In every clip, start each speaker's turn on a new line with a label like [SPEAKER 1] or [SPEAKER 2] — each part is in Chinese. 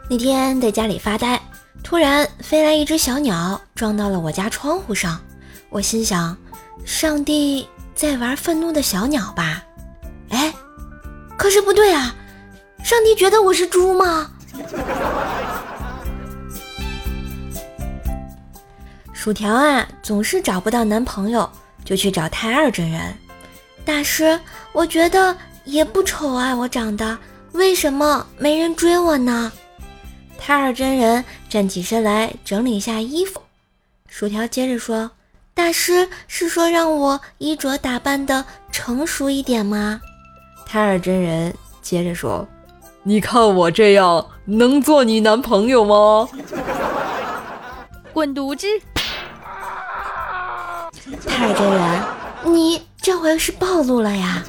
[SPEAKER 1] 那天在家里发呆，突然飞来一只小鸟，撞到了我家窗户上。我心想，上帝在玩愤怒的小鸟吧？哎，可是不对啊，上帝觉得我是猪吗？薯条啊，总是找不到男朋友，就去找太二真人。大师，我觉得也不丑啊，我长得，为什么没人追我呢？太二真人站起身来整理一下衣服。薯条接着说，大师是说让我衣着打扮的成熟一点吗？
[SPEAKER 2] 太二真人接着说，你看我这样能做你男朋友吗？
[SPEAKER 3] 滚犊子！
[SPEAKER 1] 太二真人，你这回是暴露了呀。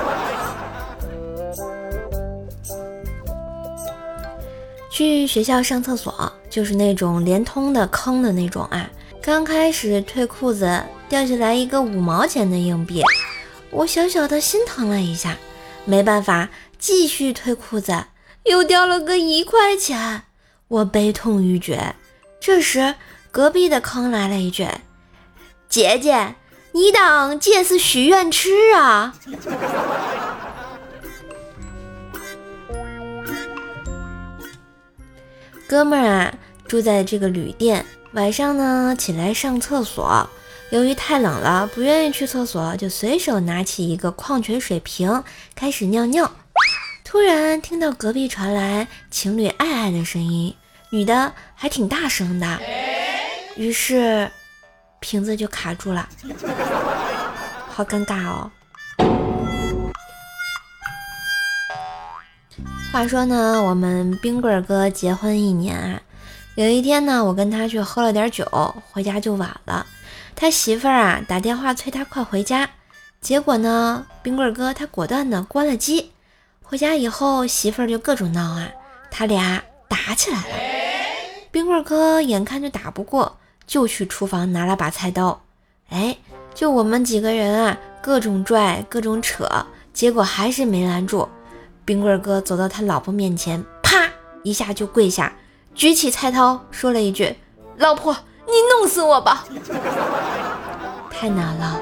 [SPEAKER 1] 去学校上厕所，就是那种连通的坑的那种啊。刚开始退裤子掉下来一个5毛钱的硬币，我小小的心疼了一下，没办法继续退裤子，又掉了个1块钱，我悲痛欲绝。这时隔壁的坑来了一句，姐姐你当这是许愿池啊？哥们儿啊，住在这个旅店，晚上呢起来上厕所，由于太冷了，不愿意去厕所，就随手拿起一个矿泉水瓶开始尿尿。突然听到隔壁传来情侣爱爱的声音，女的还挺大声的，于是瓶子就卡住了，好尴尬哦。话说呢，我们冰棍哥结婚1年啊，有一天呢，我跟他去喝了点酒，回家就晚了。他媳妇儿啊打电话催他快回家，结果呢，冰棍哥他果断的关了机。回家以后，媳妇儿就各种闹啊，他俩打起来了。冰棍哥眼看就打不过，就去厨房拿了把菜刀。哎，就我们几个人啊，各种拽，各种扯，结果还是没拦住。冰棍哥走到他老婆面前，啪一下就跪下，举起菜刀说了一句，老婆你弄死我吧。太难了。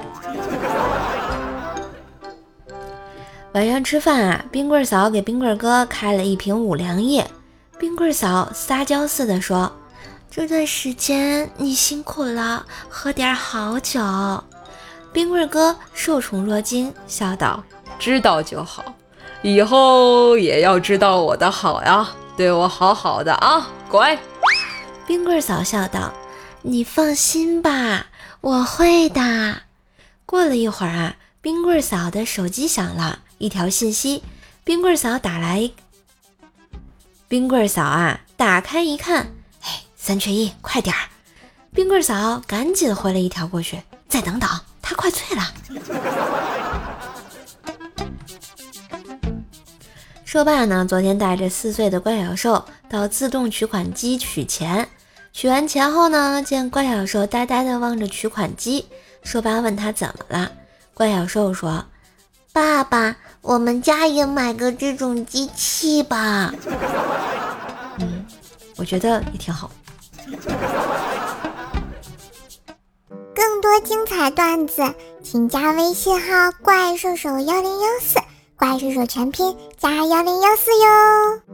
[SPEAKER 1] 晚上吃饭啊，冰棍嫂给冰棍哥开了一瓶五粮液。冰棍嫂撒娇似的说，这段时间你辛苦了，喝点好酒。冰棍哥受宠若惊，笑道，
[SPEAKER 2] 知道就好，以后也要知道我的好呀，对我好好的啊，乖。
[SPEAKER 1] 冰棍嫂笑道，你放心吧，我会的。过了一会儿啊，冰棍嫂的手机响了，一条信息，冰棍嫂打来。冰棍嫂啊打开一看，哎，3缺1，快点儿。冰棍嫂赶紧回了一条过去，再等等，他快脆了。说爸呢，昨天带着4岁的怪小兽到自动取款机取钱，取完钱后呢，见怪小兽呆呆地望着取款机，说爸问他怎么了，怪小兽说，爸爸，我们家也买个这种机器吧。我觉得也挺好。
[SPEAKER 4] 更多精彩段子请加微信号怪兽手1014，怪兽手全拼加1014哟。